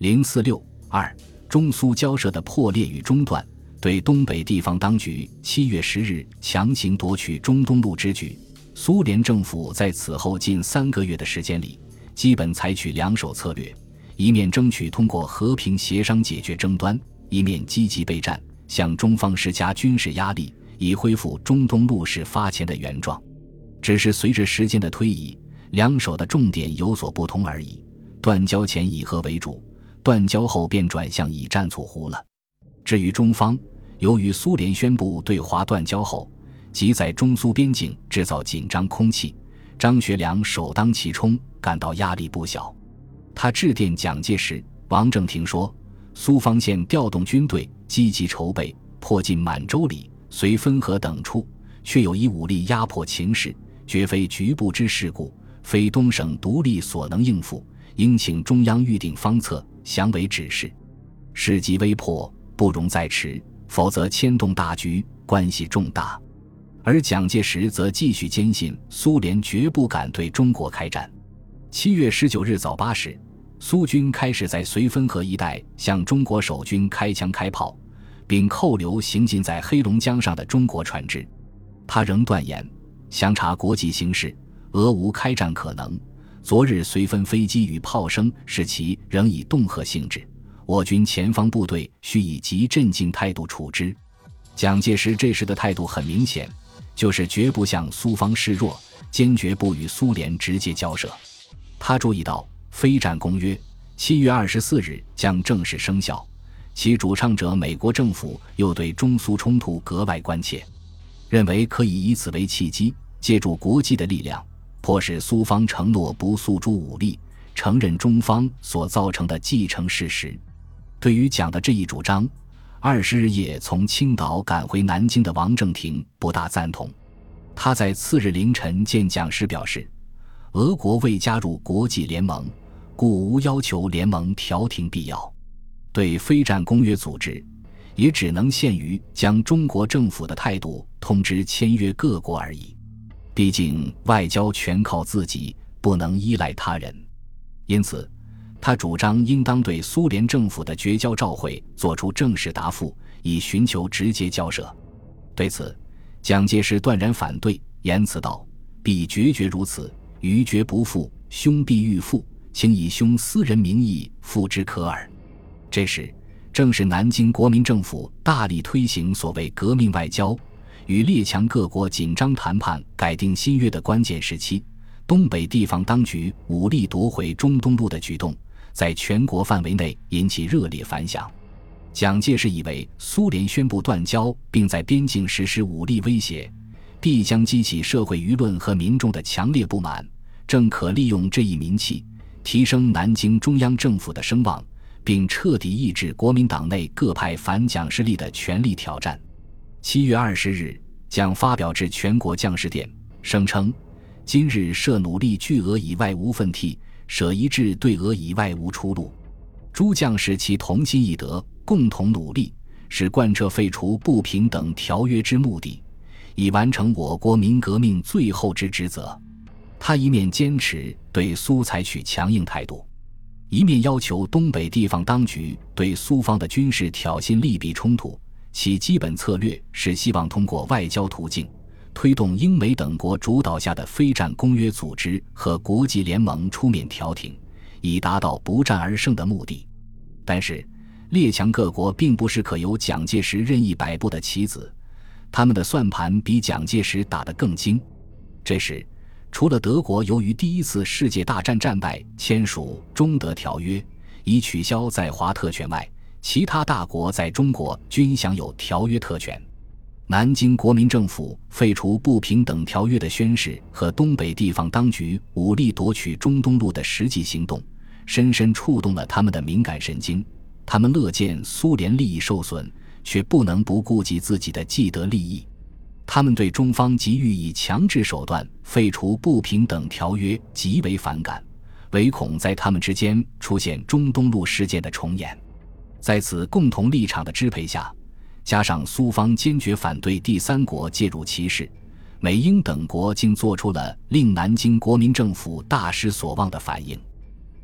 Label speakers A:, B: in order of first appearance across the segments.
A: 046-2中苏交涉的破裂与中断，对东北地方当局7月10日强行夺取中东路之举，苏联政府在此后近3个月的时间里，基本采取两手策略，一面争取通过和平协商解决争端，一面积极备战，向中方施加军事压力，以恢复中东路事发前的原状。只是随着时间的推移，两手的重点有所不同而已。断交前以和为主，断交后便转向以战促呼了。至于中方，由于苏联宣布对华断交后，即在中苏边境制造紧张空气，张学良首当其冲，感到压力不小。他致电蒋介石、王正廷说，苏方现调动军队，积极筹备，迫近满洲里、绥芬河等处，却有以武力压迫情势，绝非局部之事故，非东省独立所能应付，应请中央预定方策，详为指示。事急危迫，不容再迟，否则牵动大局，关系重大。而蒋介石则继续坚信苏联绝不敢对中国开战。7月19日早8时，苏军开始在绥芬河一带向中国守军开枪开炮，并扣留行进在黑龙江上的中国船只。他仍断言，详查国际形势，俄无开战可能。昨日绥芬飞机与炮声使其仍以恫吓性质，我军前方部队须以极镇静态度处之。蒋介石这时的态度很明显，就是绝不向苏方示弱，坚决不与苏联直接交涉。他注意到非战公约7月24日将正式生效，其主倡者美国政府又对中苏冲突格外关切，认为可以以此为契机，借助国际的力量，迫使苏方承诺不诉诸武力，承认中方所造成的既成事实。对于蒋的这一主张，20日夜从青岛赶回南京的王正廷不大赞同。他在次日凌晨见蒋时表示，俄国未加入国际联盟，故无要求联盟调停必要。对非战公约组织，也只能限于将中国政府的态度通知签约各国而已。毕竟外交全靠自己，不能依赖他人。因此他主张应当对苏联政府的绝交照会作出正式答复，以寻求直接交涉。对此蒋介石断然反对，言辞道，必决绝如此，余绝不复，兄必欲复，请以兄私人名义复之可耳。这时正是南京国民政府大力推行所谓革命外交，与列强各国紧张谈判改定新约的关键时期。东北地方当局武力夺回中东路的举动，在全国范围内引起热烈反响。蒋介石以为苏联宣布断交，并在边境实施武力威胁，必将激起社会舆论和民众的强烈不满，正可利用这一民气，提升南京中央政府的声望，并彻底抑制国民党内各派反蒋势力的全力挑战。7月20日，蒋发表致全国将士电，声称今日设努力拒俄以外无奋替，舍一致对俄以外无出路。诸将士其同心一德，共同努力，使贯彻废除不平等条约之目的，以完成我国民革命最后之职责。他一面坚持对苏采取强硬态度，一面要求东北地方当局对苏方的军事挑衅利弊冲突，其基本策略是希望通过外交途径推动英美等国主导下的非战公约组织和国际联盟出面调停，以达到不战而胜的目的。但是列强各国并不是可由蒋介石任意摆布的棋子，他们的算盘比蒋介石打得更精。这时除了德国由于第一次世界大战战败签署中德条约，以取消在华特权外，其他大国在中国均享有条约特权。南京国民政府废除不平等条约的宣示和东北地方当局武力夺取中东路的实际行动，深深触动了他们的敏感神经。他们乐见苏联利益受损，却不能不顾及自己的既得利益。他们对中方急于以强制手段废除不平等条约极为反感，唯恐在他们之间出现中东路事件的重演。在此共同立场的支配下，加上苏方坚决反对第三国介入其事，美英等国竟做出了令南京国民政府大失所望的反应。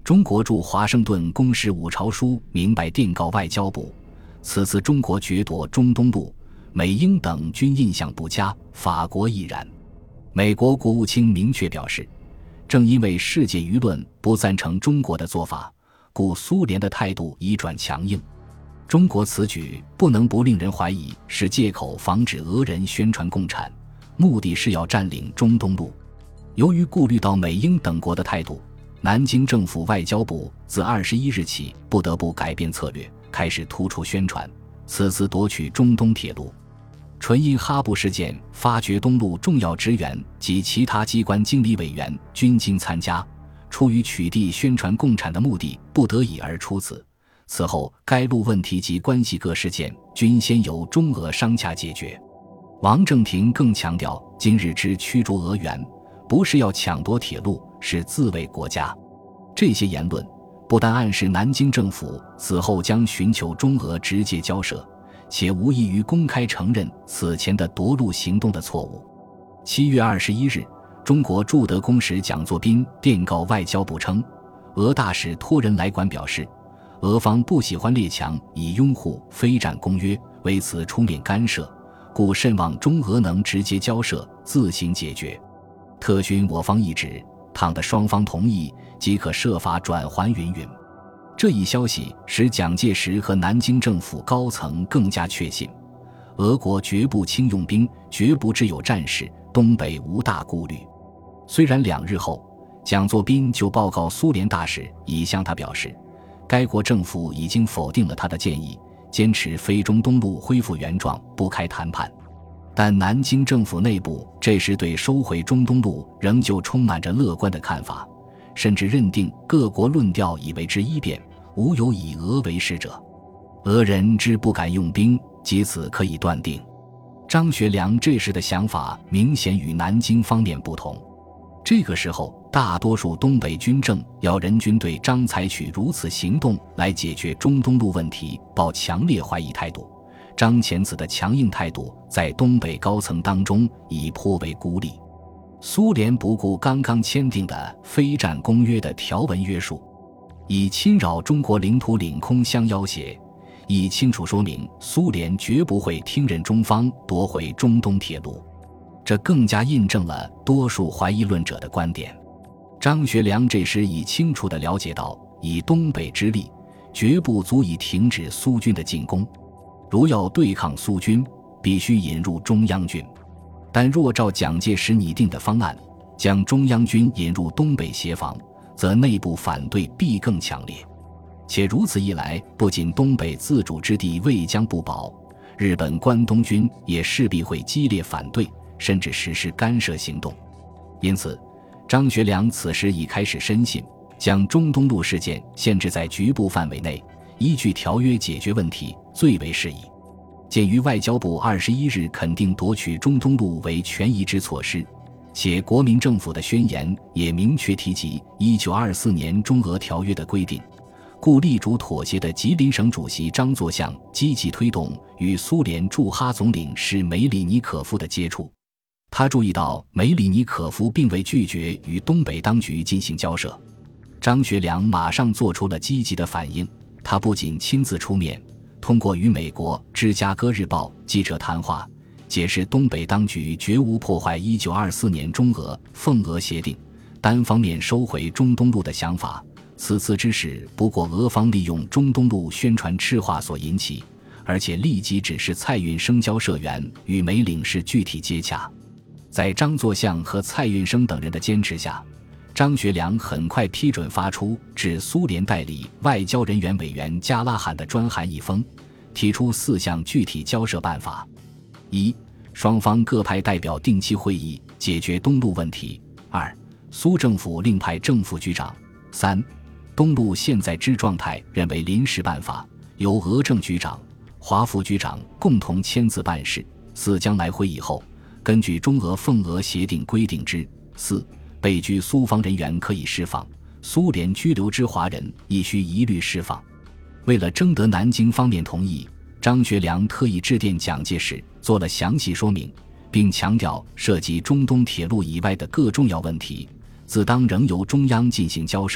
A: 中国驻华盛顿公使伍朝枢明白电告外交部，此次中国掠夺中东路，美英等均印象不佳，法国亦然。美国国务卿明确表示，正因为世界舆论不赞成中国的做法，故苏联的态度已转强硬。中国此举不能不令人怀疑是借口防止俄人宣传共产，目的是要占领中东路。由于顾虑到美英等国的态度，南京政府外交部自21日起不得不改变策略，开始突出宣传此次夺取中东铁路纯因哈布事件发掘东路重要职员及其他机关经理委员均经参加，出于取缔宣传共产的目的不得已而出此。此后该路问题及关系各事件均先由中俄商洽解决。王正廷更强调，今日之驱逐俄援不是要抢夺铁路，是自卫国家。这些言论不但暗示南京政府此后将寻求中俄直接交涉，且无异于公开承认此前的夺路行动的错误。7月21日，中国驻德公使蒋作斌电告外交部称，俄大使托人来管表示，俄方不喜欢列强以拥护非战公约为此出面干涉，故甚望中俄能直接交涉，自行解决。特询我方意旨，倘的双方同意，即可设法转圜云云。这一消息使蒋介石和南京政府高层更加确信，俄国绝不轻用兵，绝不只有战事，东北无大顾虑。虽然2日后，蒋作斌就报告苏联大使，已向他表示，该国政府已经否定了他的建议，坚持非中东路恢复原状，不开谈判。但南京政府内部这时对收回中东路仍旧充满着乐观的看法，甚至认定各国论调已为之一变，无有以俄为师者。俄人之不敢用兵，即此可以断定。张学良这时的想法明显与南京方面不同。这个时候，大多数东北军政要人军对张采取如此行动来解决中东路问题抱强烈怀疑态度。张骞此的强硬态度在东北高层当中已颇为孤立。苏联不顾刚刚签订的非战公约的条文约束，以侵扰中国领土领空相要挟，以清楚说明苏联绝不会听任中方夺回中东铁路。这更加印证了多数怀疑论者的观点。张学良这时已清楚地了解到，以东北之力绝不足以停止苏军的进攻，如要对抗苏军，必须引入中央军。但若照蒋介石拟定的方案，将中央军引入东北协防，则内部反对必更强烈。且如此一来，不仅东北自主之地未将不保，日本关东军也势必会激烈反对，甚至实施干涉行动。因此，张学良此时已开始深信，将中东路事件限制在局部范围内，依据条约解决问题最为适宜。鉴于外交部21日肯定夺取中东路为权宜之措施，且国民政府的宣言也明确提及1924年中俄条约的规定，故力主妥协的吉林省主席张作相积极推动与苏联驻哈总领事梅里尼可夫的接触。他注意到梅里尼可夫并未拒绝与东北当局进行交涉，张学良马上做出了积极的反应。他不仅亲自出面，通过与美国《芝加哥日报》记者谈话，解释东北当局绝无破坏1924年中俄奉俄协定，单方面收回中东路的想法。此次之事不过俄方利用中东路宣传赤化所引起，而且立即指示蔡运生交涉员与梅领事具体接洽。在张作相和蔡运生等人的坚持下，张学良很快批准发出致苏联代理外交人员委员加拉罕的专函一封，提出4项具体交涉办法： 1. 双方各派代表定期会议解决东路问题； 2. 苏政府另派正副局长； 3. 东路现在之状态认为临时办法，由俄正局长、华副局长共同签字办事； 4. 将来会议后根据中俄奉俄协定规定之； 4. 被拘苏方人员可以释放，苏联拘留之华人亦需一律释放。为了征得南京方面同意，张学良特意致电蒋介石做了详细说明，并强调涉及中东铁路以外的各重要问题，自当仍由中央进行交涉，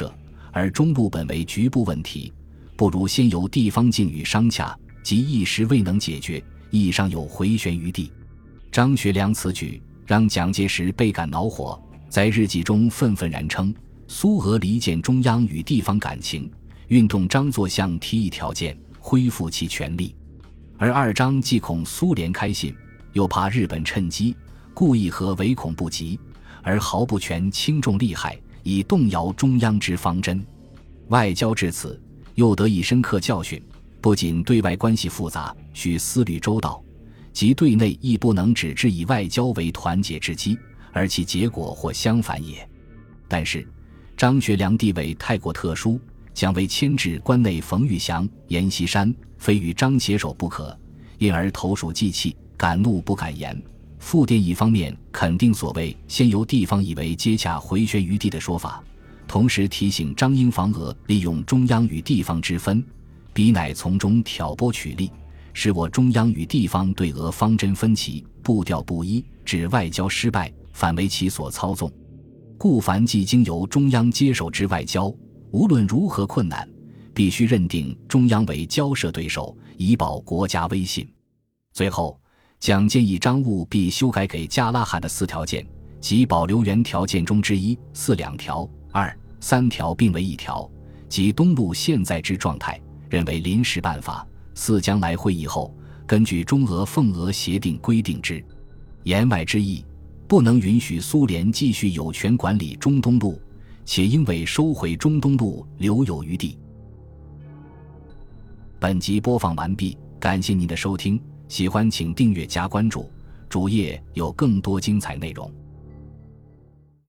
A: 而中路本为局部问题，不如先由地方境遇商洽，即一时未能解决，亦尚有回旋余地。张学良此举让蒋介石倍感恼火，在日记中愤愤然称，苏俄离间中央与地方感情，运动张作相提议条件，恢复其权力。而二张既恐苏联开信，又怕日本趁机，故意和唯恐不及，而毫不权轻重利害，以动摇中央之方针。外交至此，又得以深刻教训，不仅对外关系复杂，需思虑周到，即对内亦不能只知以外交为团结之基，而其结果或相反也。但是张学良地位太过特殊，将为牵制关内冯玉祥、阎锡山，非与张携手不可，因而投鼠忌器，敢怒不敢言。复电一方面肯定所谓先由地方以为接洽回旋余地的说法，同时提醒张应防俄利用中央与地方之分，彼乃从中挑拨取利，使我中央与地方对俄方针分歧，步调不一，致外交失败，反为其所操纵。故凡既经由中央接手之外交，无论如何困难，必须认定中央为交涉对手，以保国家威信。最后，蒋建议张务必修改给加拉罕的4条件，即保留原条件中之一，4两条，2、3条并为1条，即东路现在之状态，认为临时办法，4将来会议后根据中俄奉俄协定规定之。言外之意，不能允许苏联继续有权管理中东路，且应为收回中东路留有余地。本集播放完毕，感谢您的收听，喜欢请订阅加关注，主页有更多精彩内容。